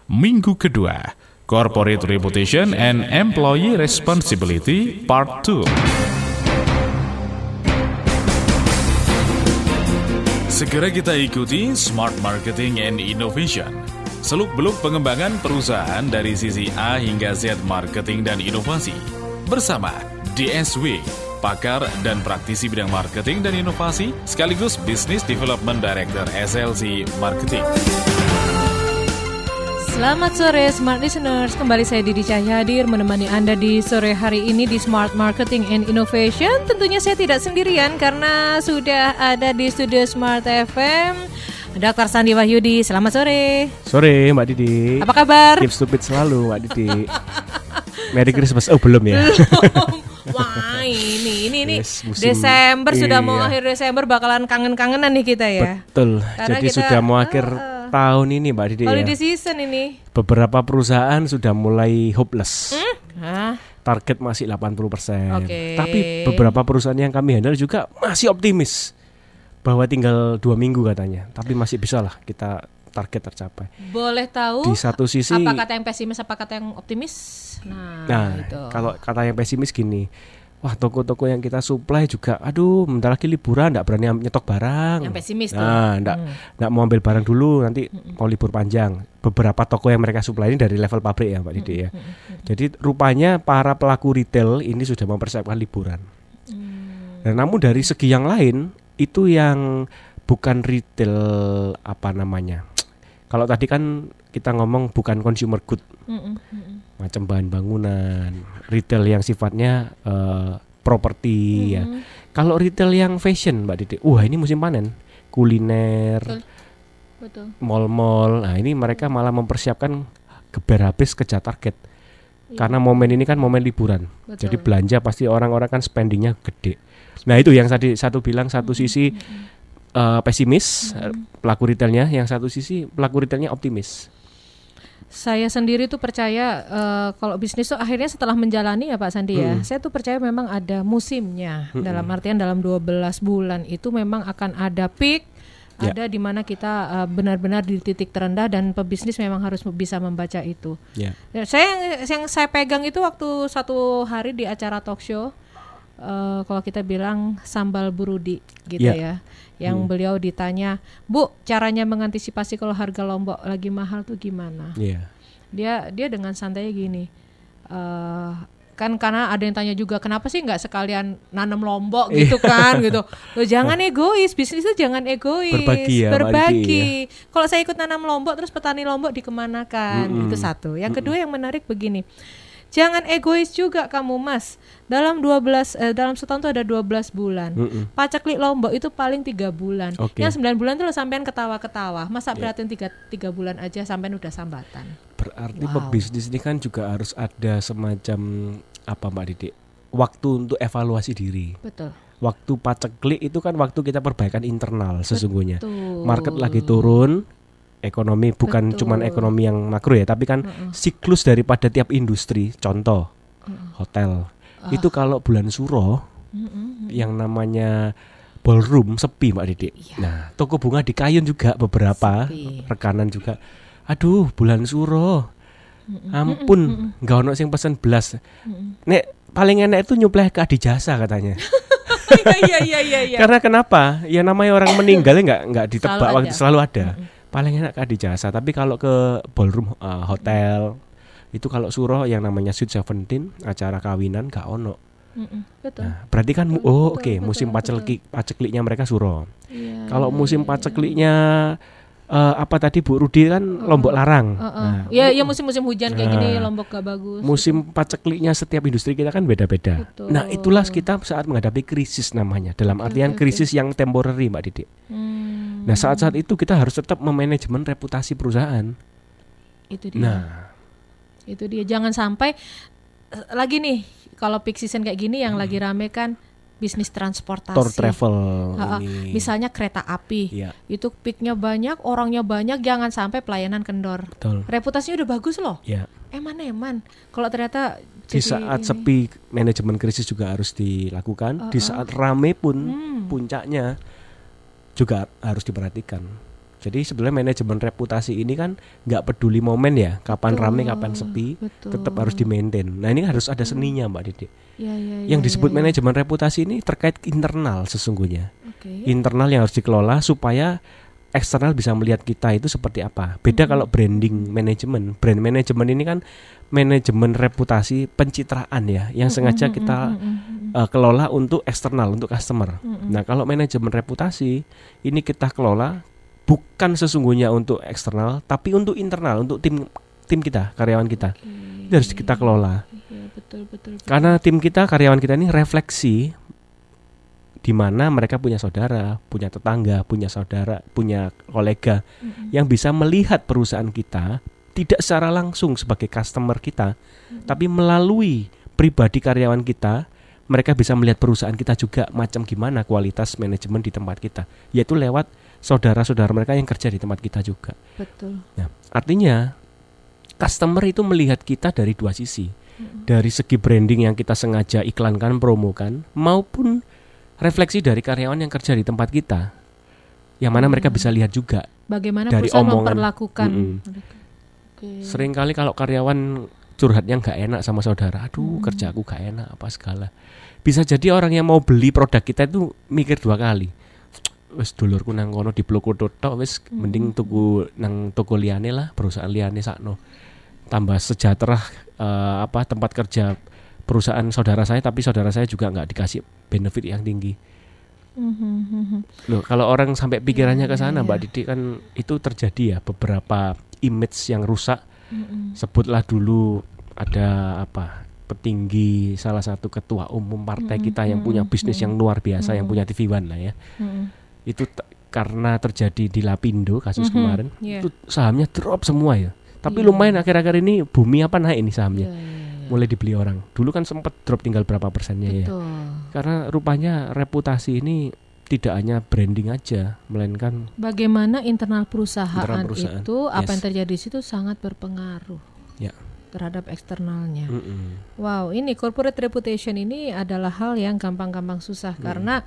minggu kedua, Corporate Reputation and Employee Responsibility Part 2. Segera kita ikuti Smart Marketing and Innovation. Seluk-beluk pengembangan perusahaan dari sisi A hingga Z marketing dan inovasi. Bersama DSW, pakar dan praktisi bidang marketing dan inovasi, sekaligus Business Development Director SLC Marketing. Selamat sore Smart Listeners, kembali saya Didi Cahya hadir menemani Anda di sore hari ini di Smart Marketing and Innovation. Tentunya saya tidak sendirian karena sudah ada di studio Smart FM Dr. Sandi Wahyudi. Selamat sore. Sore Mbak Didi. Apa kabar? Keep stupid selalu Mbak Didi. Merry Christmas. Oh belum ya? Wah ini yes, Desember sudah mau akhir Desember, bakalan kangen-kangenan nih kita ya. Betul. Karena jadi sudah mau akhir tahun ini Mbak Didi holiday ya. season ini. Beberapa perusahaan sudah mulai hopeless. Target masih 80%. Okay. Tapi beberapa perusahaan yang kami handle juga masih optimis bahwa tinggal 2 minggu katanya. Tapi masih bisa lah kita target tercapai. Boleh tahu di satu sisi apa kata yang pesimis, apa kata yang optimis? Nah itu. Kalau kata yang pesimis gini, wah toko-toko yang kita supply juga, aduh bentar lagi liburan, nggak berani nyetok barang. Yang pesimis tuh. Nah, nggak mau ambil barang dulu, nanti mau libur panjang. Beberapa toko yang mereka supply ini dari level pabrik ya Mbak Didi ya. Jadi rupanya para pelaku retail ini sudah mempersiapkan liburan. Nah, namun dari segi yang lain, itu yang bukan retail apa namanya. Kalau tadi kan kita ngomong bukan consumer good, macam bahan bangunan, retail yang sifatnya properti ya. Kalau retail yang fashion Mbak Didi, ini musim panen, kuliner, betul. Mall-mall. Nah ini mereka malah mempersiapkan geber habis kejar target. Karena momen ini kan momen liburan. Betul. Jadi belanja pasti orang-orang kan spendingnya gede. Nah itu yang satu bilang satu sisi pesimis pelaku retailnya, yang satu sisi pelaku retailnya optimis. Saya sendiri tuh percaya kalau bisnis tuh akhirnya setelah menjalani ya Pak Sandi ya, saya tuh percaya memang ada musimnya. Dalam artian dalam 12 bulan itu memang akan ada peak, ada di mana kita benar-benar di titik terendah dan pebisnis memang harus bisa membaca itu. Yang saya pegang itu waktu satu hari di acara talk show, kalau kita bilang sambal burudi gitu ya. Yang beliau ditanya, Bu, caranya mengantisipasi kalau harga Lombok lagi mahal tuh gimana? Dia dengan santainya gini, kan karena ada yang tanya juga, kenapa sih nggak sekalian nanam Lombok gitu kan gitu. Loh, jangan egois, bisnis itu jangan egois, berbagi. Kalau saya ikut nanam Lombok terus petani Lombok dikemanakan? Itu satu. Yang kedua yang menarik begini, jangan egois juga kamu Mas. Dalam setahun itu ada 12 bulan. Paceklik Lombok itu paling 3 bulan. Yang 9 bulan itu lo sampean ketawa-ketawa. Masa perhatiin 3 bulan aja sampean udah sambatan. Berarti pebisnis ini kan juga harus ada semacam apa Mbak Didi? Waktu untuk evaluasi diri. Betul. Waktu paceklik itu kan waktu kita perbaikan internal sesungguhnya. Betul. Market lagi turun. Ekonomi bukan cuman ekonomi yang makro ya, tapi kan siklus daripada tiap industri. Contoh hotel itu kalau bulan suro yang namanya ballroom sepi Mbak Didi. Nah toko bunga di Kayun juga beberapa rekanan juga. Aduh bulan suro, ampun nggak ono sing pesen belas. Nek paling enak itu nyuplai ke Adijasa katanya. Iya. Karena kenapa? Ya namanya orang meninggal nggak ditebak waktu selalu ada. Paling enak ke Adijasa, tapi kalau ke ballroom hotel itu kalau suro yang namanya Sweet 17 acara kawinan gak ono. Betul. Nah, berarti kan musim pacekliknya mereka suro. Kalau musim pacekliknya apa tadi Bu Rudi kan Lombok larang. Ya musim-musim hujan kayak gini Lombok gak bagus. Musim pacekliknya setiap industri kita kan beda-beda. Betul. Nah itulah kita saat menghadapi krisis namanya. Dalam artian krisis yang temporary Mbak Didi. Nah saat-saat itu kita harus tetap memanajemen reputasi perusahaan. Itu dia. Nah itu dia, jangan sampai lagi nih kalau peak season kayak gini yang lagi rame kan bisnis transportasi, tour travel misalnya kereta api, itu peaknya banyak, orangnya banyak, jangan sampai pelayanan kendor. Betul. Reputasinya udah bagus loh. Eman kalau ternyata di saat sepi manajemen krisis juga harus dilakukan. Di saat rame pun puncaknya juga harus diperhatikan. Jadi sebenarnya manajemen reputasi ini kan nggak peduli momen ya, kapan rame, kapan sepi, tetap harus di-maintain. Nah ini harus ada seninya Mbak Didi. Yang disebut manajemen reputasi ini terkait internal sesungguhnya. Internal yang harus dikelola supaya eksternal bisa melihat kita itu seperti apa. Beda kalau branding manajemen. Brand manajemen ini kan manajemen reputasi pencitraan ya, yang sengaja kita kelola untuk eksternal, untuk customer. Nah kalau manajemen reputasi ini kita kelola bukan sesungguhnya untuk eksternal, tapi untuk internal, untuk tim kita, karyawan kita. Itu harus kita kelola. Betul. Karena tim kita, karyawan kita ini refleksi di mana mereka punya saudara, punya tetangga, punya saudara, punya kolega yang bisa melihat perusahaan kita tidak secara langsung sebagai customer kita, tapi melalui pribadi karyawan kita, mereka bisa melihat perusahaan kita juga macam gimana kualitas manajemen di tempat kita, yaitu lewat saudara-saudara mereka yang kerja di tempat kita juga. Betul. Nah, artinya customer itu melihat kita dari dua sisi. Dari segi branding yang kita sengaja iklankan, promokan, maupun refleksi dari karyawan yang kerja di tempat kita. Yang mana mereka bisa lihat juga bagaimana dari perusahaan omongan memperlakukan. Seringkali kalau karyawan curhatnya gak enak sama saudara, aduh kerjaku gak enak apa segala. Bisa jadi orang yang mau beli produk kita itu mikir dua kali. Wes dulurku nang kono diploko tok wes mending tuku nang toko liyane lah, perusahaan liyane sakno. Tambah sejahtera tempat kerja perusahaan saudara saya, tapi saudara saya juga nggak dikasih benefit yang tinggi. Loh, kalau orang sampai pikirannya ke sana, Mbak Didi, kan itu terjadi ya beberapa image yang rusak. Sebutlah dulu ada petinggi salah satu ketua umum partai kita yang punya bisnis yang luar biasa, yang punya TV One lah ya. Itu karena terjadi di Lapindo kasus kemarin, itu sahamnya drop semua ya. Tapi lumayan akhir-akhir ini bumi naik ini sahamnya. Mulai dibeli orang. Dulu kan sempat drop tinggal berapa persennya ya. Karena rupanya reputasi ini tidak hanya branding aja, melainkan bagaimana internal perusahaan itu apa yang terjadi di situ sangat berpengaruh terhadap eksternalnya. Wow, ini corporate reputation ini adalah hal yang gampang-gampang susah karena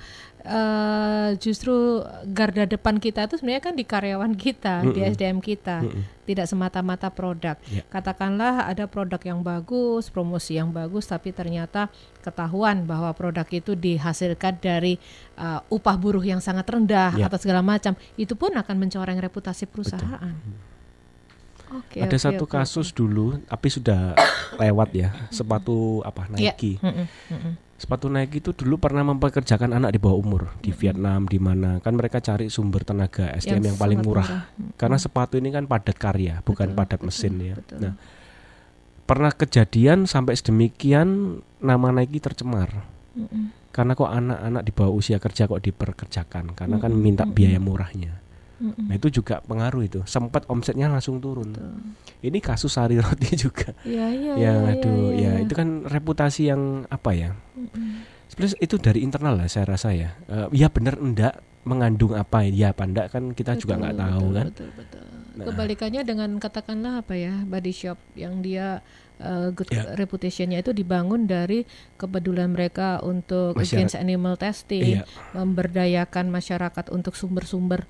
justru garda depan kita itu sebenarnya kan di karyawan kita, di SDM kita, tidak semata-mata produk. Katakanlah ada produk yang bagus, promosi yang bagus, tapi ternyata ketahuan bahwa produk itu dihasilkan dari upah buruh yang sangat rendah atau segala macam, itu pun akan mencoreng reputasi perusahaan. Ada satu kasus dulu, tapi sudah lewat ya, sepatu Nike. Sepatu Nike itu dulu pernah mempekerjakan anak di bawah umur di Vietnam, di mana kan mereka cari sumber tenaga SDM yang paling murah. Karena sepatu ini kan padat karya, bukan padat mesin ya. Nah, pernah kejadian sampai sedemikian nama Nike tercemar. Karena kok anak-anak di bawah usia kerja kok diperkerjakan, karena kan minta biaya murahnya. Nah itu juga pengaruh itu, sempat omsetnya langsung turun. Ini kasus Sari Roti juga. Ya itu kan reputasi yang sebenarnya itu dari internal lah saya rasa ya. Ya benar enggak mengandung apa ya enggak kan kita juga nggak tahu kan. Nah, kebalikannya dengan katakanlah body shop yang dia good reputationnya itu dibangun dari kepedulian mereka untuk against animal testing, memberdayakan masyarakat untuk sumber-sumber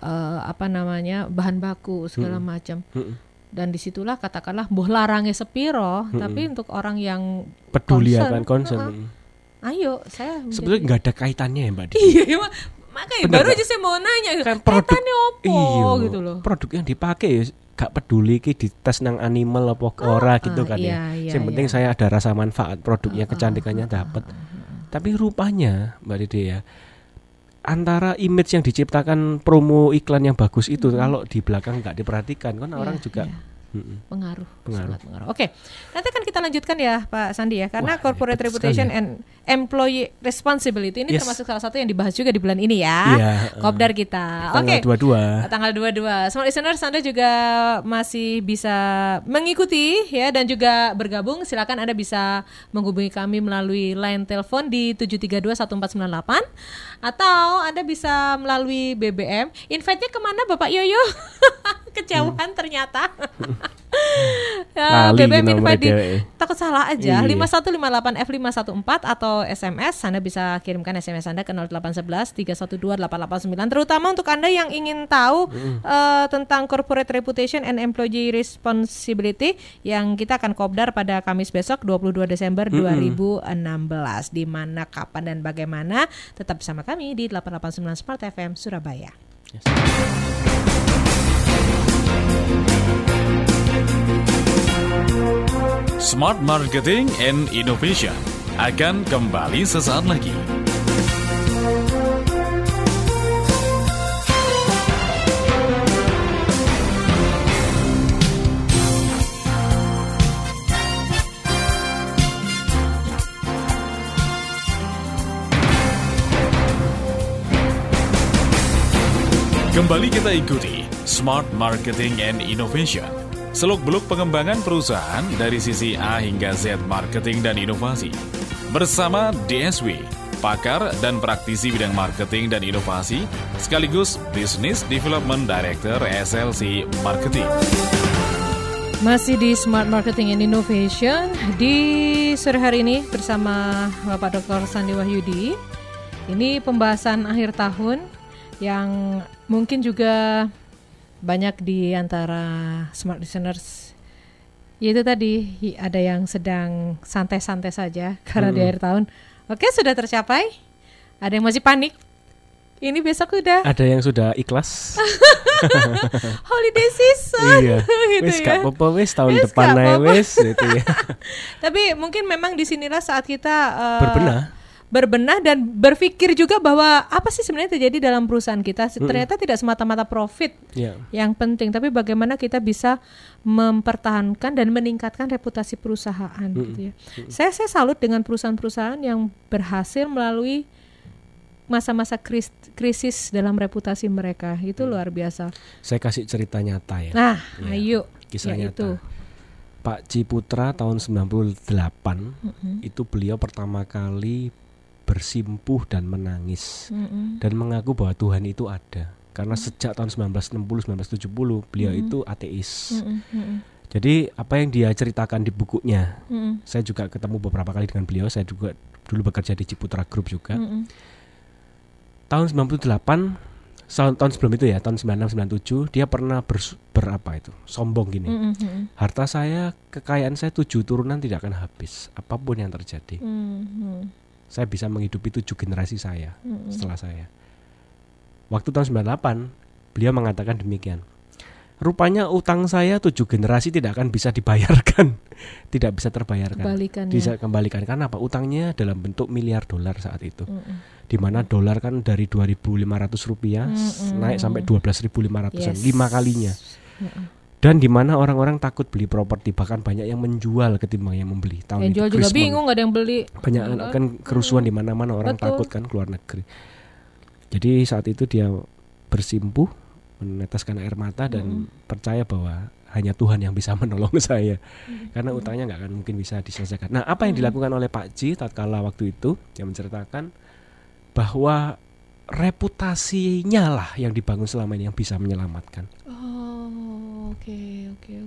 bahan baku segala macam. Dan disitulah katakanlah larangnya sepiro, tapi untuk orang yang peduli akan concern. Ayo, saya sebetulnya nggak ada kaitannya ya Mbak Didi. Iya, makanya baru aja saya mau nanya kan kaitannya opo gitu loh. Produk yang dipakai gak peduli ki dites nang animal apa ora gitu kan yang penting saya ada rasa manfaat produknya, kecantikannya dapat. Tapi rupanya Mbak Didi ya, antara image yang diciptakan promo iklan yang bagus itu kalau di belakang nggak diperhatikan kan orang juga pengaruh. Sangat pengaruh. Oke, nanti kan kita lanjutkan ya Pak Sandi ya, karena corporate reputation and employee responsibility ini termasuk salah satu yang dibahas juga di bulan ini ya. Kopdar kita. Tanggal 22. Tanggal 22. Smart listeners, Anda juga masih bisa mengikuti ya dan juga bergabung. Silakan Anda bisa menghubungi kami melalui line telepon di 7321498 atau Anda bisa melalui BBM. Invite-nya kemana Bapak Yoyo? Kejauhan ternyata. BBM Infadi takut salah aja. 5158F514 atau SMS Anda bisa kirimkan SMS Anda ke 0811 312 889. Terutama untuk Anda yang ingin tahu tentang corporate reputation and employee responsibility yang kita akan kopdar pada Kamis besok 22 Desember 2016. Di mana, kapan dan bagaimana, tetap bersama kami di 889 Smart FM Surabaya. Yes. Smart Marketing and Innovation akan kembali sesaat lagi. Kembali kita ikuti Smart Marketing and Innovation. Seluk-beluk pengembangan perusahaan dari sisi A hingga Z marketing dan inovasi. Bersama DSW, pakar dan praktisi bidang marketing dan inovasi, sekaligus Business Development Director SLC Marketing. Masih di Smart Marketing and Innovation di sore hari ini bersama Bapak Dr. Sandi Wahyudi. Ini pembahasan akhir tahun yang mungkin juga banyak di antara smart listeners, yaitu tadi ada yang sedang santai-santai saja karena di akhir tahun. Oke, sudah tercapai. Ada yang masih panik. Ini besok udah. Ada yang sudah ikhlas. Holiday season. Iya. Gitu Wis ya. gak apa-apa wis tahun depan aja wis gitu ya. Tapi mungkin memang di sinilah saat kita berbenah dan berpikir juga bahwa apa sih sebenarnya terjadi dalam perusahaan kita. Ternyata tidak semata-mata profit yang penting, tapi bagaimana kita bisa mempertahankan dan meningkatkan reputasi perusahaan gitu ya. Saya salut dengan perusahaan-perusahaan yang berhasil melalui masa-masa krisis dalam reputasi mereka. Itu luar biasa. Saya kasih cerita nyata ya. Nah, ayo kisah nyata. Itu. Pak Ciputra tahun 98 itu beliau pertama kali bersimpuh dan menangis dan mengaku bahwa Tuhan itu ada karena sejak tahun 1960-1970 beliau itu ateis. Jadi apa yang dia ceritakan di bukunya, saya juga ketemu beberapa kali dengan beliau. Saya juga dulu bekerja di Ciputra Group juga. Tahun 98, tahun sebelum itu ya, tahun 96-97 dia pernah sombong gini. Harta saya, kekayaan saya 7 turunan tidak akan habis apapun yang terjadi. Saya bisa menghidupi 7 generasi saya setelah saya. Waktu tahun 98 beliau mengatakan demikian. Rupanya utang saya 7 generasi tidak akan bisa dibayarkan. Tidak bisa terbayarkan. Bisa kembalikan. Karena apa? Utangnya dalam bentuk miliar dolar saat itu. Di mana dolar kan dari 2.500 rupiah naik sampai 12.500, 5 kalinya. Dan di mana orang-orang takut beli properti, bahkan banyak yang menjual ketimbang yang membeli. Yang jual juga bingung, nggak ada yang beli. Banyak kan kerusuhan di mana-mana, orang takut kan keluar negeri. Jadi saat itu dia bersimpuh, meneteskan air mata dan percaya bahwa hanya Tuhan yang bisa menolong saya, karena utangnya nggak akan mungkin bisa diselesaikan. Nah, apa yang dilakukan oleh Pak Ji tatkala waktu itu, dia menceritakan bahwa reputasinya lah yang dibangun selama ini yang bisa menyelamatkan. Oke.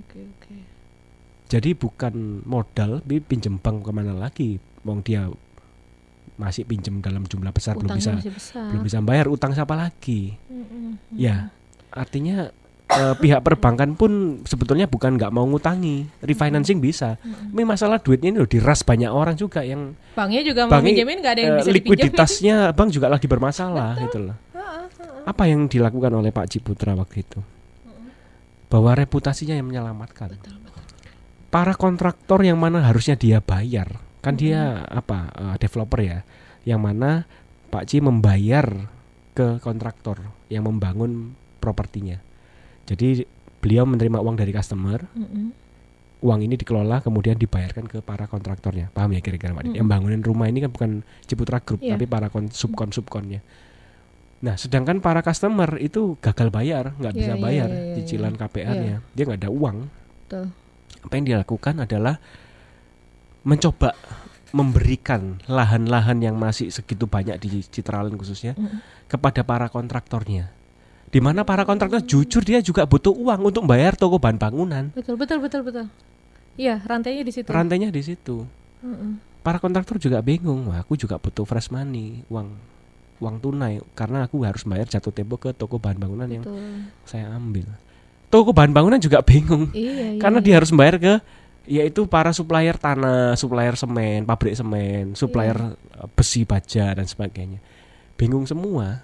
Jadi bukan modal, pinjem bank kemana lagi? Wong dia masih pinjem dalam jumlah besar, belum bisa bayar, utang siapa lagi? Ya, artinya pihak perbankan pun sebetulnya bukan nggak mau ngutangi, refinancing bisa. Tapi masalah duitnya ini loh diras banyak orang juga yang banknya juga mau pinjemin, nggak ada yang bisa dipinjemin. Likuiditasnya bank juga lagi bermasalah gitu loh. Apa yang dilakukan oleh Pak Ciputra waktu itu? Bahwa reputasinya yang menyelamatkan. Para kontraktor yang mana harusnya dia bayar, kan dia developer ya, yang mana Pak Ci membayar ke kontraktor yang membangun propertinya. Jadi beliau menerima uang dari customer, uang ini dikelola kemudian dibayarkan ke para kontraktornya. Paham ya kira-kira Pak? Yang bangunin rumah ini kan bukan Ciputra Group, tapi para subkon-subkonnya. Nah, sedangkan para customer itu gagal bayar, nggak bisa bayar cicilan KPR-nya, dia nggak ada uang. Betul. Apa yang dia lakukan adalah mencoba memberikan lahan-lahan yang masih segitu banyak di Citraland khususnya kepada para kontraktornya. Di mana para kontraktor jujur dia juga butuh uang untuk bayar toko bahan bangunan. Betul. Iya, rantainya di situ. Rantainya di situ. Para kontraktor juga bingung. Wah, aku juga butuh fresh money, uang tunai, karena aku harus bayar jatuh tempo ke toko bahan bangunan yang saya ambil. Toko bahan bangunan juga bingung. Karena dia harus bayar ke yaitu para supplier tanah, supplier semen, pabrik semen, supplier besi baja dan sebagainya. Bingung semua.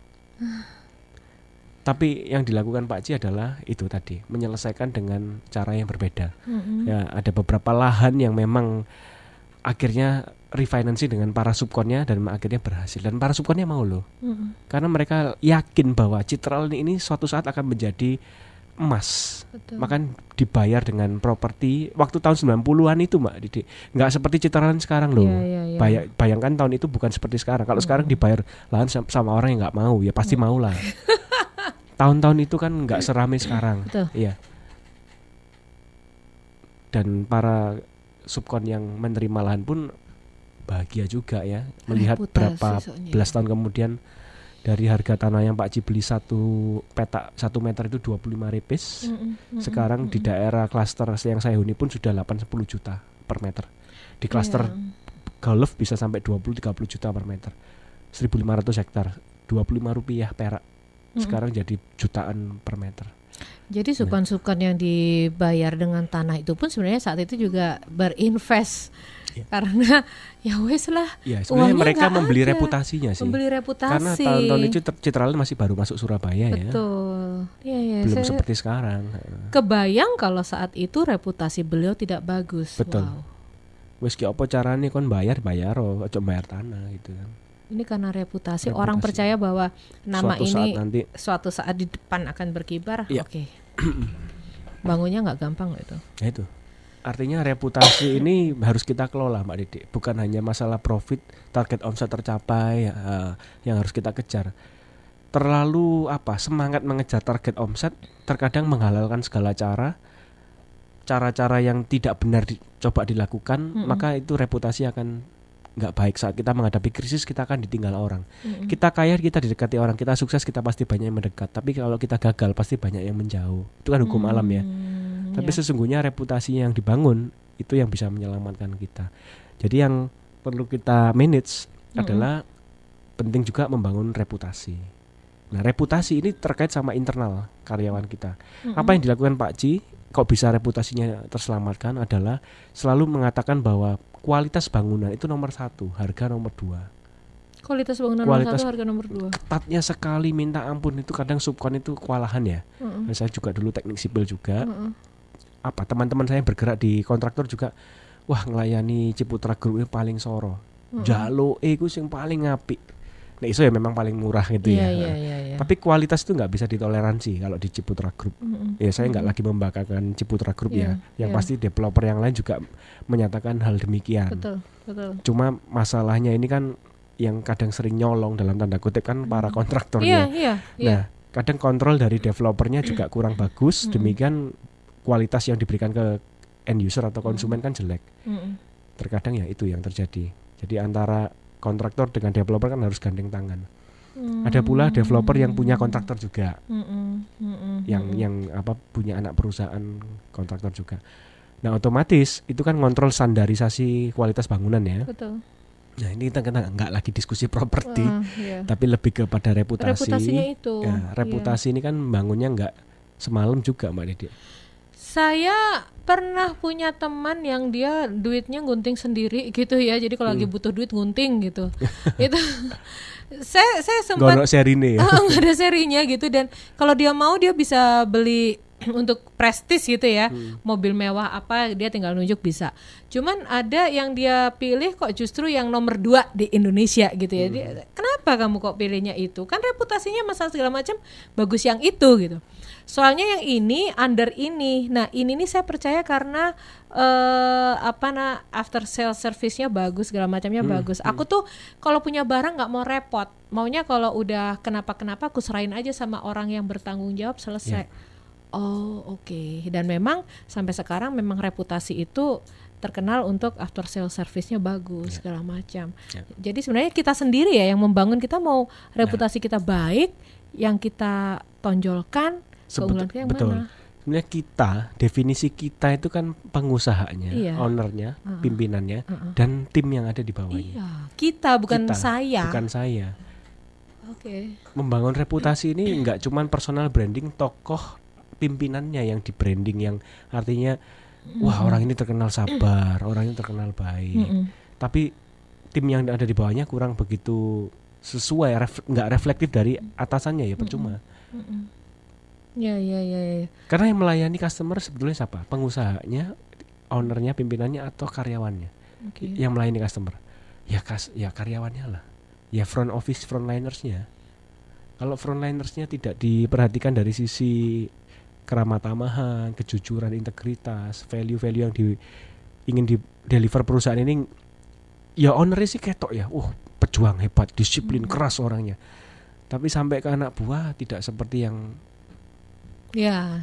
Tapi yang dilakukan Pak Ci adalah itu tadi, menyelesaikan dengan cara yang berbeda. Ya, ada beberapa lahan yang memang akhirnya refinancing dengan para subkonnya dan akhirnya berhasil. Dan para subkonnya mau loh. Karena mereka yakin bahwa Citra ini suatu saat akan menjadi emas. Makan dibayar dengan properti waktu tahun 90-an itu Mbak Didi. Nggak seperti Citra sekarang loh. Bayangkan tahun itu bukan seperti sekarang. Kalau sekarang dibayar lahan sama orang yang nggak mau, ya pasti mau lah. Tahun-tahun itu kan nggak seramai sekarang. Iya. Dan para subkon yang menerima lahan pun bahagia juga ya, melihat berapa belas tahun kemudian dari harga tanah yang Pak Ci beli 1 meter itu 25 repis. Sekarang di daerah klaster yang saya huni pun sudah 8-10 juta per meter. Di klaster Golf bisa sampai 20-30 juta per meter. 1.500 hektar, 25 rupiah perak. Sekarang jadi jutaan per meter. Jadi subkon-subkon yang dibayar dengan tanah itu pun sebenarnya saat itu juga berinvest. Karena ya wes lah. Ya, sebenarnya mereka membeli reputasinya sih. Membeli reputasi. Karena tahun-tahun itu Citra masih baru masuk Surabaya. Betul. Ya, belum seperti sekarang. Kebayang kalau saat itu reputasi beliau tidak bagus. Betul. Wow. Wes ki apa carane kon bayar aja bayar tanah gitu kan. Ini karena reputasi. Orang percaya bahwa nama suatu saat di depan akan berkibar. Oke. Bangunnya nggak gampang itu. Ya itu. Artinya reputasi ini harus kita kelola Mbak Didi. Bukan hanya masalah profit, target omset tercapai yang harus kita kejar. Terlalu semangat mengejar target omset, terkadang menghalalkan segala cara-cara yang tidak benar coba dilakukan, maka itu reputasi akan nggak baik. Saat kita menghadapi krisis, kita akan ditinggal orang. Kita kaya, kita didekati orang. Kita sukses, kita pasti banyak yang mendekat. Tapi kalau kita gagal, pasti banyak yang menjauh. Itu kan hukum alam ya. Tapi sesungguhnya reputasi yang dibangun itu yang bisa menyelamatkan kita. Jadi yang perlu kita manage adalah penting juga membangun reputasi. Nah, reputasi ini terkait sama internal karyawan kita. Apa yang dilakukan Pak Ci kok bisa reputasinya terselamatkan adalah selalu mengatakan bahwa kualitas bangunan itu nomor 1, harga nomor 2. Kualitas bangunan nomor 1, harga nomor 2. Ketatnya sekali, minta ampun. Itu kadang subkon itu kewalahan ya. Saya juga dulu teknik sipil juga. Teman-teman saya yang bergerak di kontraktor juga, wah ngelayani Ciputra Group ini paling soro. Jalo iku sing paling apik. Nah itu ya memang paling murah gitu ya. Tapi kualitas itu nggak bisa ditoleransi kalau di Ciputra Group. Ya saya nggak lagi membanggakan Ciputra Group ya. Yang pasti developer yang lain juga menyatakan hal demikian. Betul. Cuma masalahnya ini kan yang kadang sering nyolong dalam tanda kutip kan para kontraktornya. Nah kadang kontrol dari developernya juga kurang bagus. Demikian kualitas yang diberikan ke end user atau konsumen kan jelek. Terkadang ya itu yang terjadi. Jadi antara kontraktor dengan developer kan harus gandeng tangan. Ada pula developer yang punya kontraktor juga, yang punya anak perusahaan kontraktor juga. Nah otomatis itu kan ngontrol standarisasi kualitas bangunan ya. Betul. Nah ini kita nggak lagi diskusi properti, tapi lebih kepada reputasi. Reputasinya itu. Ya, reputasi ini kan bangunnya nggak semalam juga Mbak Didi. Saya pernah punya teman yang dia duitnya gunting sendiri gitu ya. Jadi kalau lagi butuh duit gunting gitu. Itu saya sempat nggak ada serine ya. Nggak ada serinya gitu. Dan kalau dia mau dia bisa beli untuk prestis gitu ya. Mobil mewah apa dia tinggal nunjuk bisa. Cuman ada yang dia pilih kok justru yang nomor 2 di Indonesia gitu ya. Kenapa kamu kok pilihnya itu? Kan reputasinya masalah segala macam bagus yang itu gitu. Soalnya yang ini under ini. Nah, ini nih saya percaya karena after sale service-nya bagus, segala macamnya bagus. Aku tuh kalau punya barang nggak mau repot. Maunya kalau udah kenapa-kenapa aku serahin aja sama orang yang bertanggung jawab, selesai. Oke. Dan memang sampai sekarang memang reputasi itu terkenal untuk after sale service-nya bagus, segala macam. Jadi sebenarnya kita sendiri ya yang membangun. Kita mau reputasi kita baik, yang kita tonjolkan keunggulan kita yang mana? sebenarnya definisi kita itu kan pengusahanya, ownernya, pimpinannya, dan tim yang ada di bawahnya. Iya, kita bukan saya. Bukan saya. Oke. Membangun reputasi ini nggak cuman personal branding, tokoh pimpinannya yang di branding, yang artinya wah orang ini terkenal sabar, orang ini terkenal baik. Tapi tim yang ada di bawahnya kurang begitu sesuai, nggak reflektif dari atasannya, ya percuma. Ya. Karena yang melayani customer sebetulnya siapa? Pengusahanya, ownernya, pimpinannya, atau karyawannya? Yang melayani customer? Ya karyawannya lah. Ya front office, frontlinersnya. Kalau frontlinersnya tidak diperhatikan dari sisi keramatamahan, kejujuran, integritas, value-value yang ingin di deliver perusahaan ini, ya ownernya sih ketok ya, pejuang hebat, disiplin, keras orangnya. Tapi sampai ke anak buah tidak seperti yang Ya.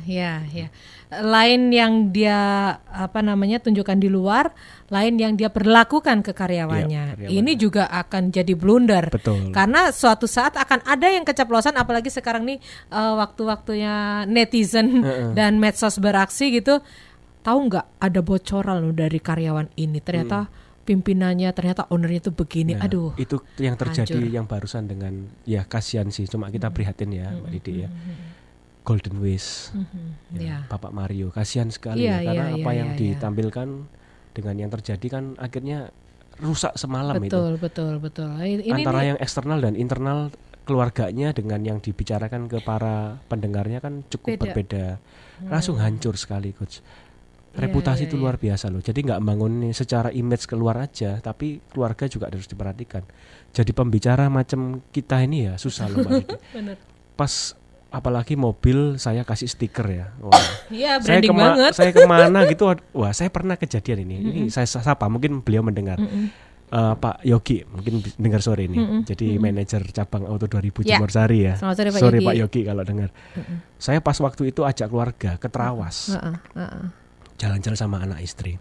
Lain yang dia tunjukkan di luar, lain yang dia perlakukan ke karyawannya. Ini juga akan jadi blunder. Betul. Karena suatu saat akan ada yang keceplosan, apalagi sekarang nih waktu-waktunya netizen dan medsos beraksi gitu. Tahu nggak ada bocoran loh dari karyawan ini, ternyata pimpinannya, ternyata ownernya itu begini. Aduh. Itu yang terjadi hancur. yang barusan dengan kasihan sih, cuma kita prihatin ya Mbak Didi ya. Golden Wish, Bapak Mario, kasihan sekali karena apa yang ditampilkan dengan yang terjadi kan akhirnya rusak semalam. Betul. Antara yang eksternal dan internal keluarganya dengan yang dibicarakan ke para pendengarnya kan cukup berbeda. Langsung hancur sekali, Coach. Reputasi itu luar biasa loh. Jadi nggak bangun secara image keluar aja, tapi keluarga juga harus diperhatikan. Jadi pembicara macam kita ini ya susah loh, Mbak Didi. Pas apalagi mobil saya kasih stiker ya. Iya, branding banget. Saya kemana gitu, saya pernah kejadian ini. Ini saya sapa, mungkin beliau mendengar. Pak Yogi mungkin dengar sore ini. Jadi manajer cabang Auto 2000 Jembersari ya. Sore Pak Yogi kalau dengar. Saya pas waktu itu ajak keluarga ke Trawas. Jalan-jalan sama anak istri.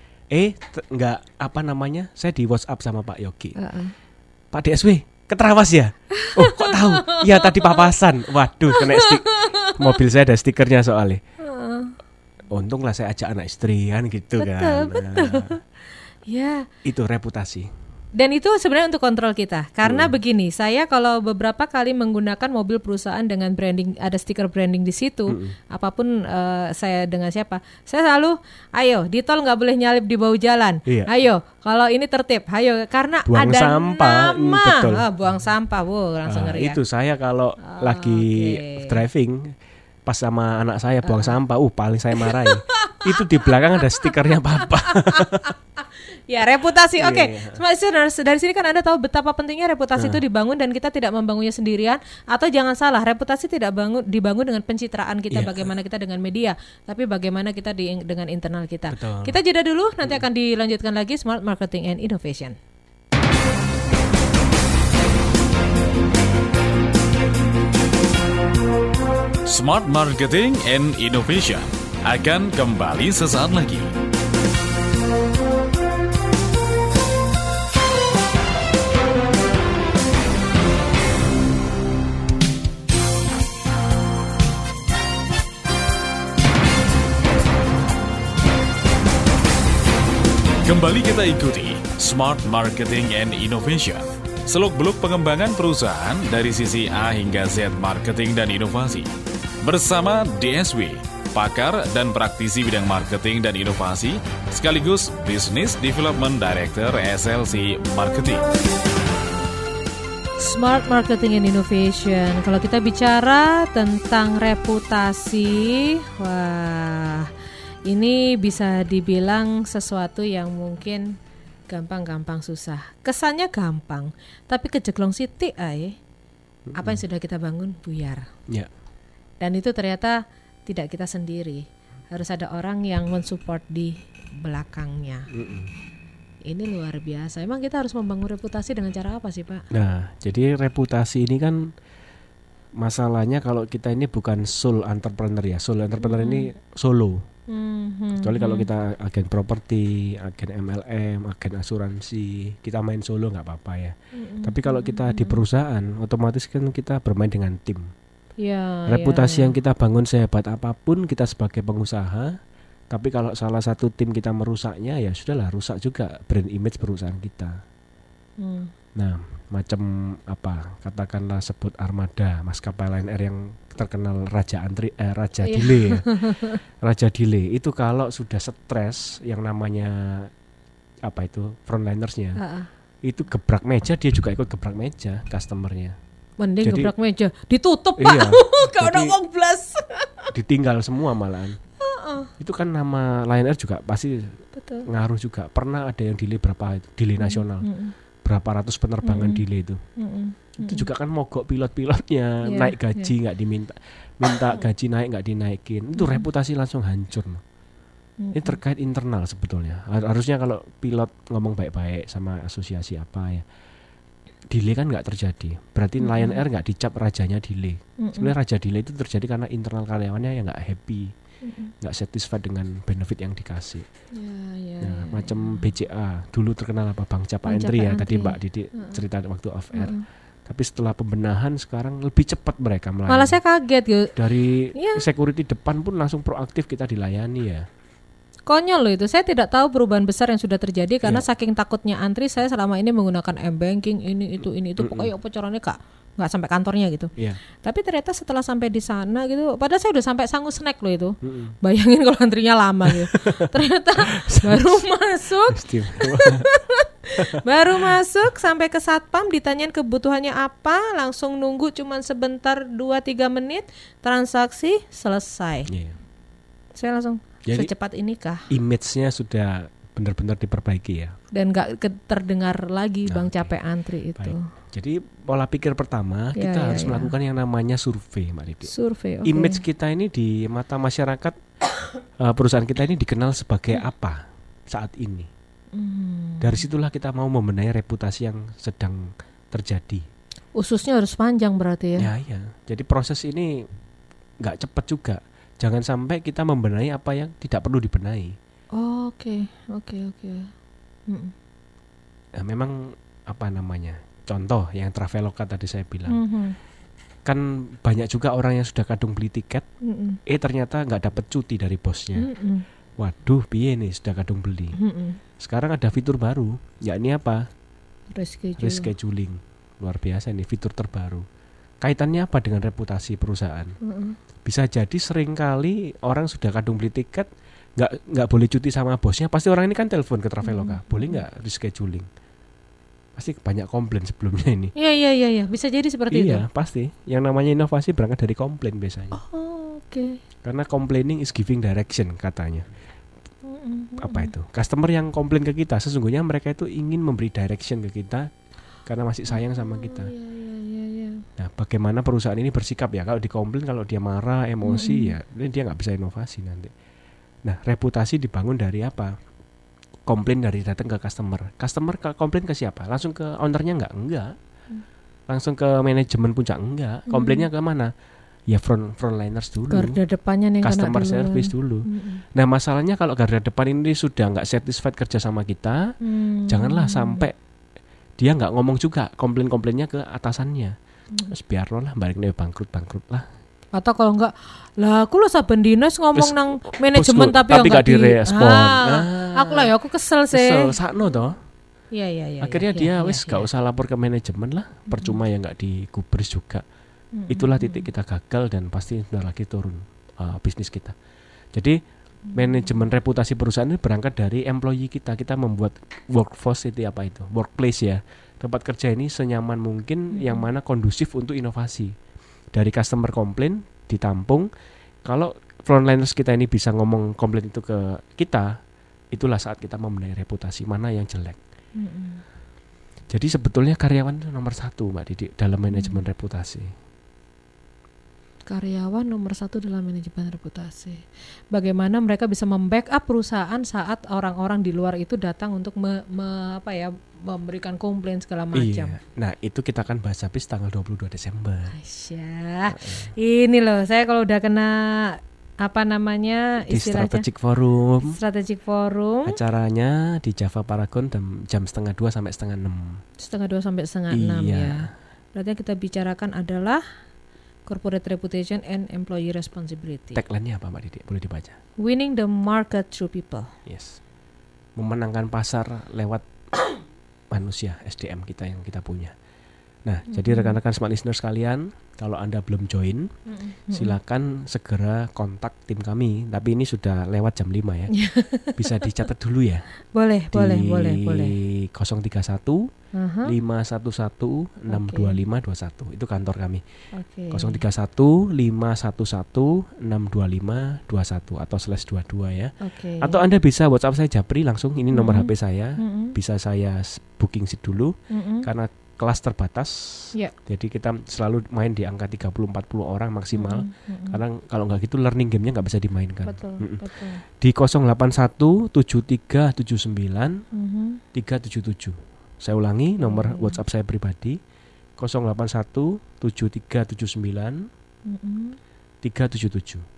Saya di WhatsApp sama Pak Yogi. Pak DSW ke Trawas ya? Oh kok tahu? Ya tadi papasan. Waduh, kena mobil saya ada stikernya soalnya. Untunglah saya ajak anak istri kan gitu. Betul. Ya. Itu reputasi. Dan itu sebenarnya untuk kontrol kita. Karena begini, saya kalau beberapa kali menggunakan mobil perusahaan dengan branding, ada stiker branding di situ, apapun saya dengan siapa, saya selalu, ayo di tol nggak boleh nyalip di bahu jalan. Ayo, kalau ini tertib, ayo, karena buang ada sampah, nama. Buang sampah, langsung ngeri ya. Itu saya kalau lagi driving, pas sama anak saya buang sampah, paling saya marahin. Itu di belakang ada stikernya Papa. Ya, reputasi. Oke. Dari sini kan Anda tahu betapa pentingnya reputasi itu dibangun, dan kita tidak membangunnya sendirian. Atau jangan salah, reputasi tidak dibangun dengan pencitraan kita, bagaimana kita dengan media, tapi bagaimana kita dengan internal kita. Betul. Kita jeda dulu, nanti akan dilanjutkan lagi Smart Marketing and Innovation. Smart Marketing and Innovation akan kembali sesaat lagi. Kembali kita ikuti Smart Marketing and Innovation. Seluk-beluk pengembangan perusahaan dari sisi A hingga Z marketing dan inovasi. Bersama DSW, pakar dan praktisi bidang marketing dan inovasi, sekaligus Business Development Director SLC Marketing. Smart Marketing and Innovation. Kalau kita bicara tentang reputasi, ini bisa dibilang sesuatu yang mungkin gampang-gampang susah. Kesannya gampang, tapi kejeglong siti apa yang sudah kita bangun buyar. Ya. Dan itu ternyata tidak kita sendiri. Harus ada orang yang mensupport di belakangnya. Ini luar biasa. Emang kita harus membangun reputasi dengan cara apa sih, Pak? Nah, jadi reputasi ini kan masalahnya kalau kita ini bukan sole entrepreneur ya. Sole entrepreneur ini solo. Kecuali kalau kita agen properti, agen MLM, agen asuransi, kita main solo nggak apa-apa ya. Tapi kalau kita di perusahaan, otomatis kan kita bermain dengan tim. Reputasi yang kita bangun sehebat apapun kita sebagai pengusaha, tapi kalau salah satu tim kita merusaknya, ya sudahlah, rusak juga brand image perusahaan kita. Nah, macam apa? Katakanlah sebut Armada, maskapai Lion Air yang terkenal Raja Delay ya. Raja Delay itu kalau sudah stres, yang namanya apa itu frontlinersnya, itu gebrak meja, dia juga ikut gebrak meja customernya. Mending gebrak meja, ditutup Pak. Iya, gak ada wong blas. Ditinggal semua malahan. Itu kan nama Lion Air juga pasti ngaruh juga. Pernah ada yang delay berapa itu, delay nasional. Berapa ratus penerbangan delay itu. Itu juga kan mogok pilot-pilotnya, naik gaji nggak diminta, minta gaji naik nggak dinaikin. Itu reputasi langsung hancur. Ini terkait internal sebetulnya. Harusnya kalau pilot ngomong baik-baik sama asosiasi apa ya, delay kan nggak terjadi. Berarti Lion Air nggak dicap rajanya delay. Sebenarnya raja delay itu terjadi karena internal karyawannya yang nggak happy, nggak satisfied dengan benefit yang dikasih. Macam BCA dulu terkenal apa, Bang Capa Entry ya, tadi Mbak Didi cerita waktu off air. Tapi setelah pembenahan sekarang lebih cepat mereka melayani. Malah saya kaget gitu. Dari security depan pun langsung proaktif kita dilayani ya. Konyol loh itu. Saya tidak tahu perubahan besar yang sudah terjadi karena saking takutnya antri, saya selama ini menggunakan m-banking ini itu pokoknya bocorannya nggak sampai kantornya gitu. Tapi ternyata setelah sampai di sana gitu, padahal saya udah sampai sanggup snack loh itu. Bayangin kalau antrinya lama gitu. Ternyata baru masuk sampai ke satpam, ditanyain kebutuhannya apa, langsung nunggu cuman sebentar 2-3 menit, transaksi selesai. Saya langsung, jadi, secepat inikah? Image-nya sudah benar-benar diperbaiki ya. Dan nggak terdengar lagi Bang capek antri itu. Baik. Jadi pola pikir pertama kita harus melakukan yang namanya survei, Mbak Didi. Survei. Image kita ini di mata masyarakat, perusahaan kita ini dikenal sebagai apa saat ini. Dari situlah kita mau membenahi reputasi yang sedang terjadi. Ususnya harus panjang berarti ya. Ya. Jadi proses ini nggak cepat juga. Jangan sampai kita membenahi apa yang tidak perlu dibenahi. Oke. Nah, memang apa namanya? Contoh yang Traveloka tadi saya bilang. Kan banyak juga orang yang sudah kadung beli tiket, ternyata nggak dapat cuti dari bosnya. Waduh, piye nih sudah kadung beli. Sekarang ada fitur baru, yakni apa? Rescheduling. Luar biasa nih fitur terbaru. Kaitannya apa dengan reputasi perusahaan? Bisa jadi seringkali orang sudah kadung beli tiket, nggak boleh cuti sama bosnya, pasti orang ini kan telepon ke Traveloka, boleh nggak rescheduling? Pasti banyak komplain sebelumnya ini. Iya, bisa jadi seperti itu. Iya, pasti. Yang namanya inovasi berangkat dari komplain biasanya. Karena complaining is giving direction katanya. Apa itu? Customer yang komplain ke kita, sesungguhnya mereka itu ingin memberi direction ke kita karena masih sayang sama kita. Nah, bagaimana perusahaan ini bersikap ya? Kalau dikomplain, kalau dia marah, emosi ya, dia nggak bisa inovasi nanti. Nah, reputasi dibangun dari apa? Komplain dari datang ke customer. Customer komplain ke siapa? Langsung ke ownernya enggak. Langsung ke manajemen puncak enggak. Komplainnya ke mana? Ya frontliners dulu. Garda depannya nih, customer service dulu. Nah, masalahnya kalau garda depan ini sudah nggak satisfied kerja sama kita, janganlah sampai dia nggak ngomong juga komplain-komplainnya ke atasannya. Terus biar lo lah balik nih bangkrut lah. Atau kalau enggak, lah aku lo saben dinas ngomong nang manajemen tapi enggak direspon. Aku kesel sih. Kesel sakno toh. Iya. Akhirnya dia wis enggak usah lapor ke manajemen lah, percuma ya enggak digubris juga. Itulah titik kita gagal dan pasti sudah lagi turun bisnis kita. Jadi manajemen reputasi perusahaan ini berangkat dari employee kita. Kita membuat workforce itu apa itu? Workplace ya. Tempat kerja ini senyaman mungkin yang mana kondusif untuk inovasi. Dari customer komplain ditampung. Kalau frontliners kita ini bisa ngomong komplain itu ke kita, itulah saat kita membenahi reputasi mana yang jelek. Jadi sebetulnya karyawan itu nomor 1 Mbak Didi dalam manajemen reputasi. Karyawan nomor 1 dalam manajemen reputasi. Bagaimana mereka bisa membackup perusahaan saat orang-orang di luar itu datang untuk memberikan komplain segala macam. Iya. Nah, itu kita akan bahas habis tanggal 22 Desember. Aisyah. Ini loh, saya kalau udah kena istilahnya di Strategic Forum. Acaranya di Java Paragon jam 2:30 sampai 5:30. 2:30 sampai 5:30 ya. Berarti yang kita bicarakan adalah Corporate Reputation and Employee Responsibility. Tagline-nya apa Mbak Didi? Boleh dibaca. Winning the market through people. Yes. Memenangkan pasar lewat manusia, SDM kita yang kita punya. Nah, jadi rekan-rekan Smart Listener sekalian, kalau Anda belum join, silakan segera kontak tim kami. Tapi ini sudah lewat jam 5 ya. Bisa dicatat dulu ya. Boleh. 031 511 62521. Itu kantor kami. 031 511 62521 atau /22 ya. Atau Anda bisa WhatsApp saya Japri langsung, ini nomor HP saya. Bisa saya booking seat dulu karena kelas terbatas. Jadi kita selalu main di angka 30-40 orang maksimal. Karena kalau nggak gitu learning game-nya nggak bisa dimainkan. Betul. Di 081 7379 377. Saya ulangi nomor WhatsApp saya pribadi 081 7379 377.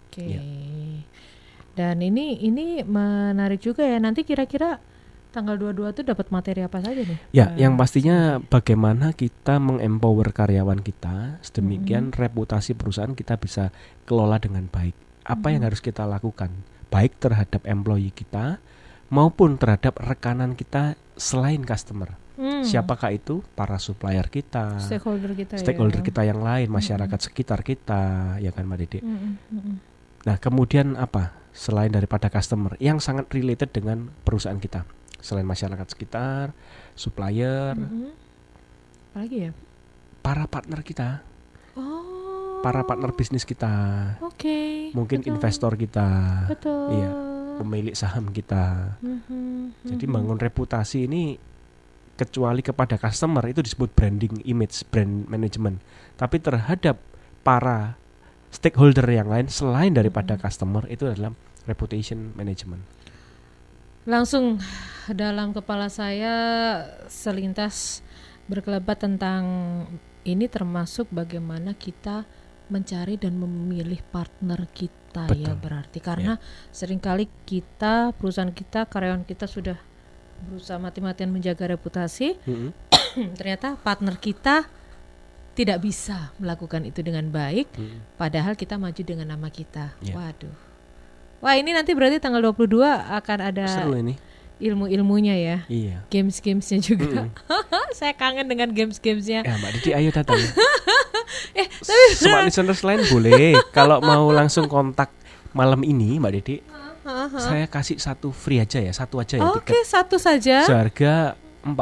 Dan ini menarik juga ya. Nanti kira-kira tanggal 22 itu dapat materi apa saja nih? Ya, yang pastinya bagaimana kita mengempower karyawan kita, sedemikian reputasi perusahaan kita bisa kelola dengan baik. Apa yang harus kita lakukan, baik terhadap employee kita maupun terhadap rekanan kita selain customer. Siapakah itu? Para supplier kita, stakeholder kita yang lain, masyarakat sekitar kita, ya kan Mbak Dede? Nah, kemudian apa? Selain daripada customer yang sangat related dengan perusahaan kita. Selain masyarakat sekitar, supplier, apalagi ya? Para partner kita, para partner bisnis kita, mungkin investor kita, iya, pemilik saham kita. Jadi bangun reputasi ini kecuali kepada customer itu disebut branding image, brand management. Tapi terhadap para stakeholder yang lain selain daripada customer itu adalah reputation management. Langsung dalam kepala saya selintas berkelebat tentang ini, termasuk bagaimana kita mencari dan memilih partner kita. Betul. Ya berarti karena seringkali kita, perusahaan kita, karyawan kita sudah berusaha mati-matian menjaga reputasi, ternyata partner kita tidak bisa melakukan itu dengan baik, padahal kita maju dengan nama kita. Waduh. Wah, ini nanti berarti tanggal 22 akan ada ilmu-ilmunya ya. Iya. Games-gamesnya juga. Saya kangen dengan games-gamesnya. Ya Mbak Didi, ayo datang. Tapi Smart Listeners lain boleh. Kalau mau langsung kontak malam ini Mbak Didi, saya kasih satu free aja ya, satu aja ya. Oke, satu saja. Seharga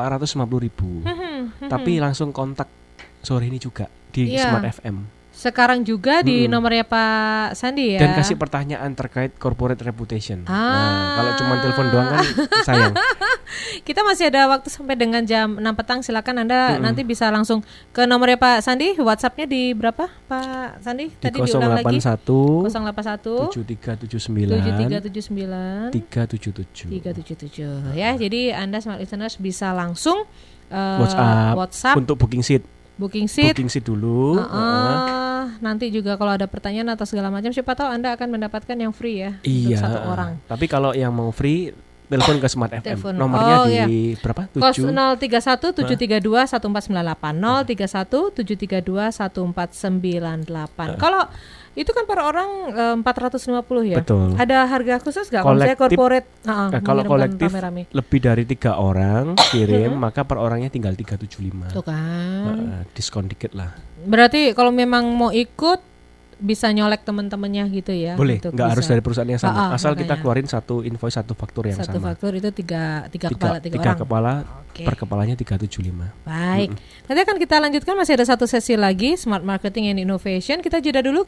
450.000. Tapi langsung kontak sore ini juga di Smart FM. Sekarang juga di nomornya Pak Sandi ya. Dan kasih pertanyaan terkait corporate reputation. Nah, kalau cuma telepon doang kan sayang. Kita masih ada waktu sampai dengan jam 6 petang. Silakan Anda nanti bisa langsung ke nomornya Pak Sandi. WhatsApp-nya di berapa Pak Sandi? Tadi diulang lagi. 081 7379 377. Ya, jadi Anda Smart Listeners bisa langsung WhatsApp untuk booking seat dulu. Nanti juga kalau ada pertanyaan atau segala macam, siapa tahu Anda akan mendapatkan yang free ya. Iya. Untuk 1 orang. Tapi kalau yang mau free, telepon ke Smart FM. Nomornya di berapa? 031 732 1498 031 732 1498. Kalau itu kan per orang 450 ya. Betul. Ada harga khusus nggak? Kalau saya corporate, kalau kolektif rame-rame. Lebih dari 3 orang kirim, maka per orangnya tinggal 375. Tuh kan. Diskon dikit lah. Berarti kalau memang mau ikut bisa nyolek teman-temannya gitu ya. Boleh, nggak harus dari perusahaan yang sama. Asal makanya kita keluarin satu invoice, satu faktur yang sama. Satu faktur itu tiga kepala, tiga orang. Kepala, per kepalanya 375. Baik. Nanti akan kita lanjutkan, masih ada satu sesi lagi, Smart Marketing and Innovation. Kita jeda dulu.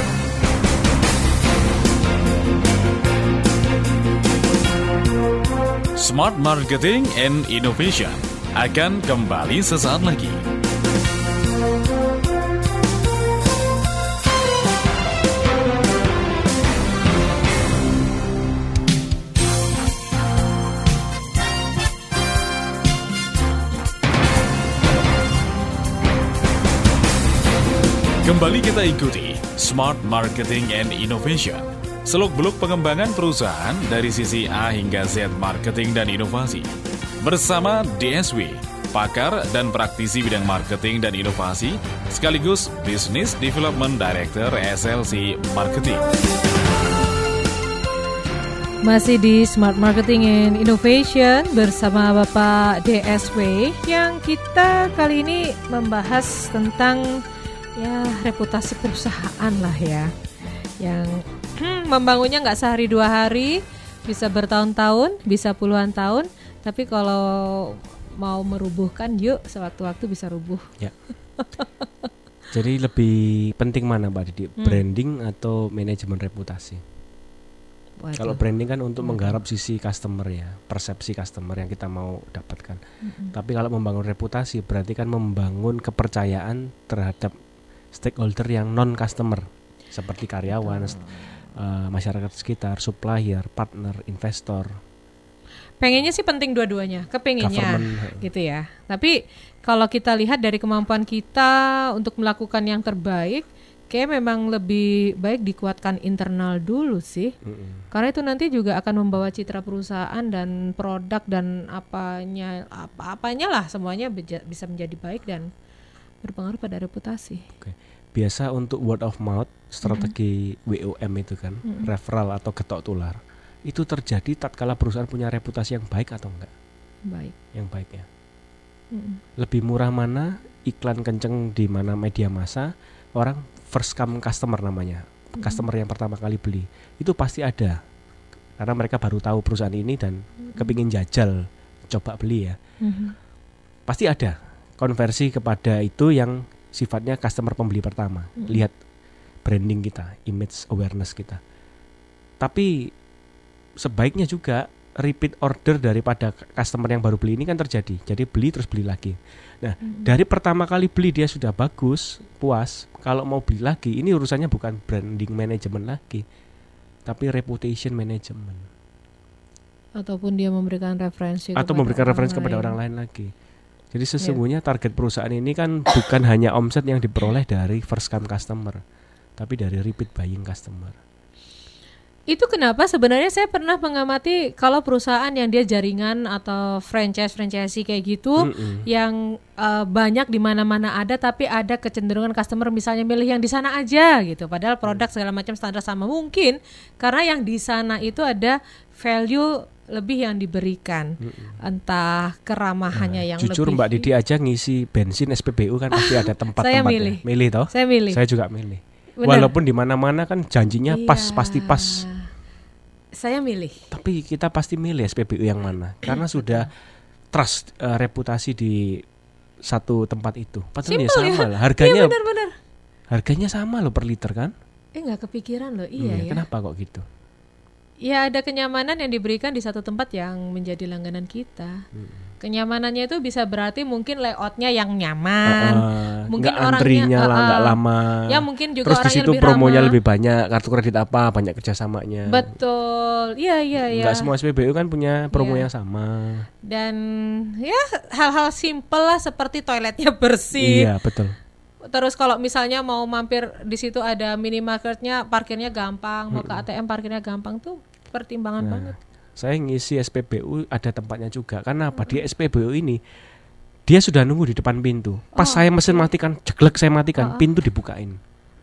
Smart Marketing and Innovation akan kembali sesaat lagi. Kembali kita ikuti Smart Marketing and Innovation. Seluk-beluk pengembangan perusahaan dari sisi A hingga Z marketing dan inovasi. Bersama DSW, pakar dan praktisi bidang marketing dan inovasi, sekaligus Business Development Director SLC Marketing. Masih di Smart Marketing and Innovation bersama Bapak DSW yang kita kali ini membahas tentang reputasi perusahaan lah ya, yang membangunnya nggak sehari dua hari, bisa bertahun-tahun, bisa puluhan tahun, tapi kalau mau merubuhkan yuk sewaktu-waktu bisa rubuh. Ya. Jadi lebih penting mana Mbak Didi, branding atau manajemen reputasi? Kalau branding kan untuk menggarap sisi customer ya, persepsi customer yang kita mau dapatkan. Tapi kalau membangun reputasi berarti kan membangun kepercayaan terhadap stakeholder yang non customer seperti karyawan, masyarakat sekitar, supplier, partner, investor. Pengennya sih penting dua-duanya, kepengennya gitu ya. Tapi kalau kita lihat dari kemampuan kita untuk melakukan yang terbaik, kayak memang lebih baik dikuatkan internal dulu sih. Karena itu nanti juga akan membawa citra perusahaan dan produk dan apanya lah semuanya bisa menjadi baik dan berpengaruh pada reputasi. Biasa untuk word of mouth, strategi WOM itu kan, referral atau getok tular. Itu terjadi tatkala perusahaan punya reputasi yang baik atau enggak? Baik. Yang baik ya. Lebih murah mana iklan kenceng di mana media massa, orang first come customer namanya. Customer yang pertama kali beli. Itu pasti ada. Karena mereka baru tahu perusahaan ini dan kepingin jajal, coba beli ya. Pasti ada konversi kepada itu yang sifatnya customer pembeli pertama. Lihat branding kita, image awareness kita. Tapi sebaiknya juga repeat order daripada customer yang baru beli ini kan terjadi. Jadi beli terus beli lagi. Nah, dari pertama kali beli dia sudah bagus, puas. Kalau mau beli lagi, ini urusannya bukan branding management lagi, tapi reputation management. Ataupun dia memberikan referensi kepada orang lain lagi. Jadi sesungguhnya target perusahaan ini kan bukan hanya omset yang diperoleh dari first come customer, tapi dari repeat buying customer. Itu kenapa sebenarnya saya pernah mengamati kalau perusahaan yang dia jaringan atau franchisee kayak gitu, yang banyak di mana-mana ada, tapi ada kecenderungan customer misalnya milih yang di sana aja gitu, padahal produk segala macam standar sama, mungkin karena yang di sana itu ada value lebih yang diberikan, entah keramahannya yang jujur lebih. Mbak Didi aja ngisi bensin SPBU kan pasti ada tempat-tempatnya. Milih toh? Saya milih. Saya juga milih. Bener. Walaupun di mana-mana kan janjinya pasti pas. Saya milih. Tapi kita pasti milih SPBU yang mana? Karena sudah trust reputasi di satu tempat itu. Padahal sama lah. Harganya benar. Harganya sama loh per liter kan? Nggak kepikiran loh. Iya ya. Kenapa kok gitu? Ya ada kenyamanan yang diberikan di satu tempat yang menjadi langganan kita. Kenyamanannya itu bisa berarti mungkin layoutnya yang nyaman, mungkin orangnya nggak lama. Ya mungkin juga terus orangnya di situ lebih promonya ramah. lebih banyak, kartu kredit apa, banyak kerjasamanya. Betul, iya. Nggak semua SPBU kan punya promo yang sama. Dan ya hal-hal simpel lah seperti toiletnya bersih. Iya betul. Terus kalau misalnya mau mampir di situ ada minimarketnya, parkirnya gampang, mau ke ATM parkirnya gampang, tuh pertimbangan banget. Saya ngisi SPBU ada tempatnya juga. Karena apa? Di SPBU ini dia sudah nunggu di depan pintu. Pas saya mesin matikan, jeglek saya matikan, pintu dibukain.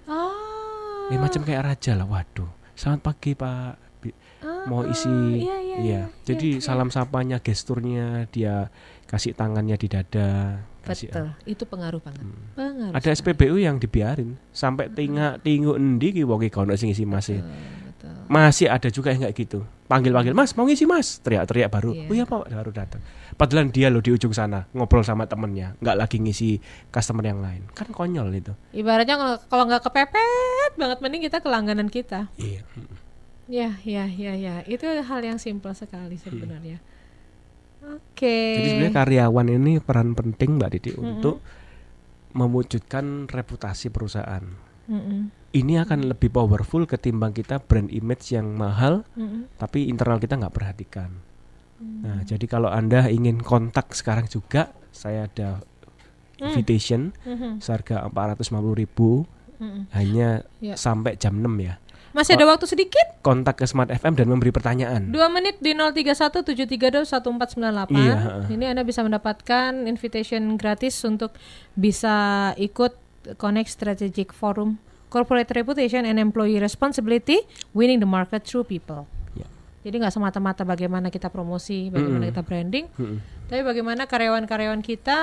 Macam kayak raja lah. Waduh, selamat pagi Pak. Mau isi. Iya. Jadi salam sapanya, gesturnya, dia kasih tangannya di dada. Betul, itu pengaruh banget. Ada SPBU yang dibiarin sampai tinggu endi ki wong iki ono sing ngisi masih. Masih ada juga yang kayak gitu. Panggil-panggil, "Mas, mau ngisi Mas?" Teriak-teriak baru. "Oh iya Pak," baru datang. Padahal dia loh di ujung sana ngobrol sama temennya, nggak lagi ngisi customer yang lain. Kan konyol itu. Ibaratnya kalau nggak kepepet banget, mending kita ke langganan kita. Iya. Ya. Itu hal yang simpel sekali sebenarnya. Oke. Jadi sebenarnya karyawan ini peran penting Mbak Didi untuk mewujudkan reputasi perusahaan. Ini akan lebih powerful ketimbang kita brand image yang mahal, tapi internal kita nggak perhatikan. Nah, jadi kalau Anda ingin kontak sekarang juga, saya ada invitation seharga 450.000 hanya sampai jam 6 ya. Masih ada waktu sedikit. Kontak ke Smart FM dan memberi pertanyaan. 2 menit di 031-732-1498. Iya. Ini Anda bisa mendapatkan invitation gratis untuk bisa ikut Connect Strategic Forum Corporate Reputation and Employee Responsibility, Winning the Market Through People. Ya. Jadi nggak semata-mata bagaimana kita promosi, bagaimana kita branding, tapi bagaimana karyawan-karyawan kita,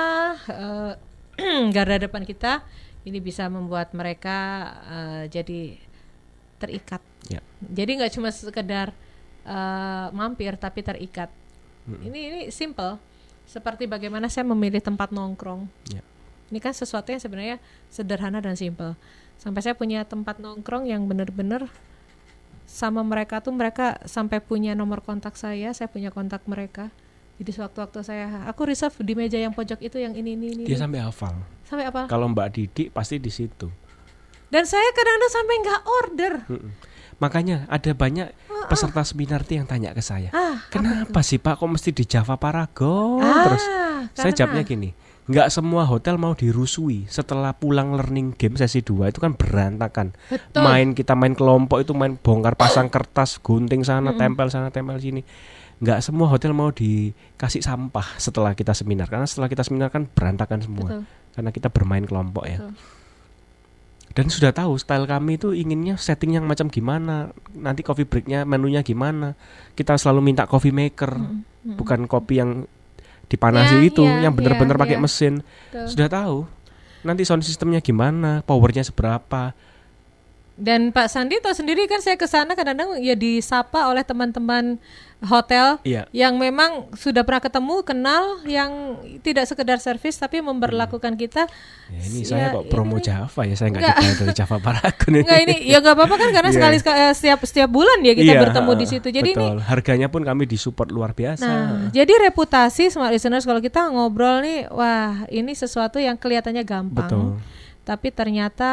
garda depan kita, ini bisa membuat mereka jadi terikat. Ya. Jadi nggak cuma sekedar mampir, tapi terikat. Ini simple. Seperti bagaimana saya memilih tempat nongkrong. Ya. Ini kan sesuatu yang sebenarnya sederhana dan simple. Sampai saya punya tempat nongkrong yang benar-benar sama mereka tuh, mereka sampai punya nomor kontak saya punya kontak mereka. Jadi sewaktu-waktu aku reserve di meja yang pojok itu yang ini. Dia sampai hafal. Sampai apa? Kalau Mbak Didi pasti di situ. Dan saya kadang-kadang sampai nggak order. Makanya ada banyak peserta seminar yang tanya ke saya, kenapa sih Pak kok mesti di Java Paragon? Terus saya jawabnya gini, nggak semua hotel mau dirusui. Setelah pulang learning game sesi 2 itu kan berantakan. Betul. Kita main kelompok itu, main bongkar pasang kertas, gunting sana, tempel sana, tempel sini. Nggak semua hotel mau dikasih sampah setelah kita seminar. Karena setelah kita seminar kan berantakan semua. Betul. Karena kita bermain kelompok ya. Betul. Dan sudah tahu style kami itu inginnya setting yang macam gimana, nanti coffee breaknya menunya gimana. Kita selalu minta coffee maker, bukan kopi yang dipanasi yang benar-benar pakai mesin. Tuh. Sudah tahu nanti sound systemnya gimana, powernya seberapa. Dan Pak Sandi tahu sendiri kan, saya ke sana kadang-kadang ya disapa oleh teman-teman hotel yang memang sudah pernah ketemu, kenal, yang tidak sekedar servis tapi memperlakukan kita. Ya, ini saya kok promo Java ya, saya nggak dibayar dari Java Paragon ini. Enggak, ini ya nggak apa-apa kan, karena sekali setiap bulan ya kita bertemu di situ. Jadi betul. Harganya pun kami disupport luar biasa. Nah, jadi reputasi Smart Listeners, kalau kita ngobrol nih, wah ini sesuatu yang kelihatannya gampang. Betul. Tapi ternyata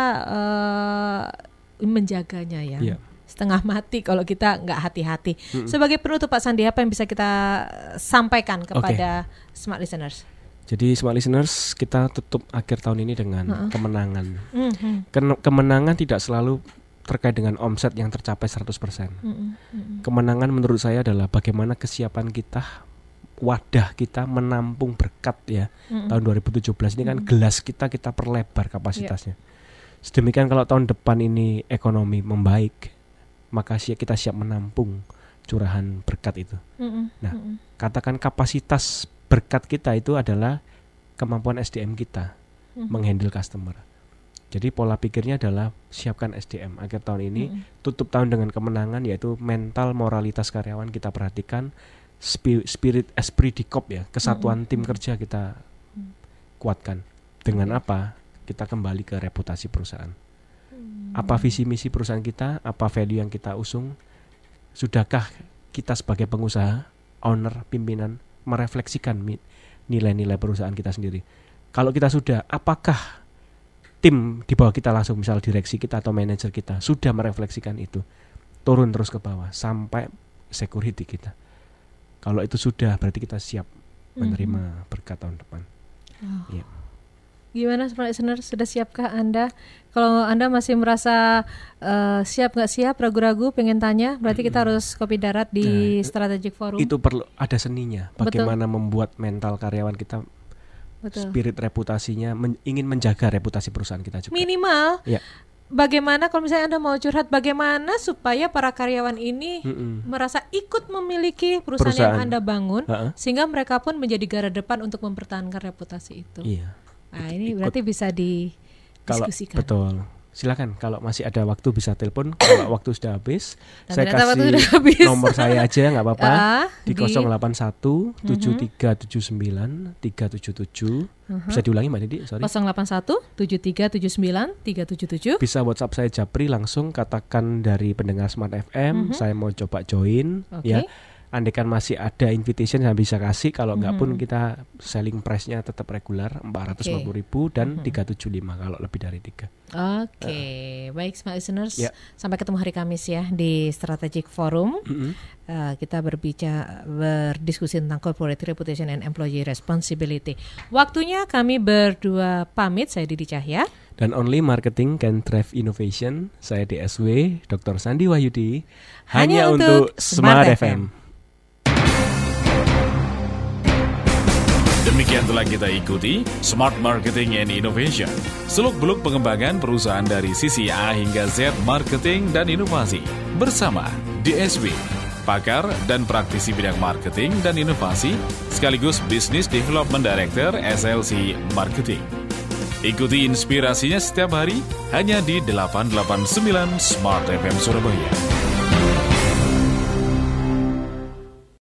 menjaganya ya setengah mati kalau kita nggak hati-hati. Sebagai penutup Pak Sandi, apa yang bisa kita sampaikan kepada Smart Listeners? Jadi Smart Listeners, kita tutup akhir tahun ini dengan kemenangan. Kemenangan tidak selalu terkait dengan omset yang tercapai 100%. Kemenangan menurut saya adalah bagaimana kesiapan kita, wadah kita menampung berkat ya. Tahun 2017 ini kan gelas kita perlebar kapasitasnya. Sedemikian kalau tahun depan ini ekonomi membaik, maka kita siap menampung curahan berkat itu. Nah, katakan kapasitas berkat kita itu adalah kemampuan SDM kita menghandle customer. Jadi pola pikirnya adalah siapkan SDM akhir tahun ini, tutup tahun dengan kemenangan, yaitu mental, moralitas karyawan kita perhatikan, spirit esprit de corps ya, kesatuan tim kerja kita kuatkan. Dengan apa? Kita kembali ke reputasi perusahaan. Apa visi misi perusahaan kita, apa value yang kita usung, sudahkah kita sebagai pengusaha, owner, pimpinan merefleksikan nilai-nilai perusahaan kita sendiri. Kalau kita sudah, apakah tim di bawah kita langsung, misal direksi kita atau manajer kita sudah merefleksikan itu, turun terus ke bawah sampai security kita. Kalau itu sudah, berarti kita siap menerima berkat tahun depan. Ya. Gimana Smart Listener, sudah siapkah Anda? Kalau Anda masih merasa siap nggak siap, ragu-ragu, pengen tanya, berarti kita harus kopi darat di Strategic Forum. Itu perlu ada seninya. Bagaimana membuat mental karyawan kita, spirit reputasinya, ingin menjaga reputasi perusahaan kita juga. Minimal. Ya. Bagaimana kalau misalnya Anda mau curhat, bagaimana supaya para karyawan ini merasa ikut memiliki perusahaan yang Anda bangun, sehingga mereka pun menjadi garda depan untuk mempertahankan reputasi itu. Iya. Nah, ini berarti bisa didiskusikan. Betul. Silakan kalau masih ada waktu bisa telepon. Kalau waktu sudah habis, saya kasih nomor saya aja, nggak apa-apa. Di 081 7379 377. Bisa diulangi Mbak Didi? Sorry. 081 7379 377. Bisa WhatsApp saya Japri langsung, katakan dari pendengar Smart FM, saya mau coba join. Ya. Andekan masih ada invitation yang bisa kasih, kalau enggak pun kita selling price-nya tetap regular 450.000 dan 375 kalau lebih dari 3. Oke, baik smart listeners, sampai ketemu hari Kamis ya di Strategic Forum. Kita berdiskusi tentang corporate reputation and employee responsibility. Waktunya kami berdua pamit. Saya Didi Cahya dan Only Marketing Can Drive Innovation. Saya DSW Dr. Sandi Wahyudi, hanya untuk Smart FM. Demikian telah kita ikuti Smart Marketing and Innovation, seluk-beluk pengembangan perusahaan dari sisi A hingga Z marketing dan inovasi bersama DSW, pakar dan praktisi bidang marketing dan inovasi sekaligus Business Development Director SLC Marketing. Ikuti inspirasinya setiap hari hanya di 889 Smart FM Surabaya.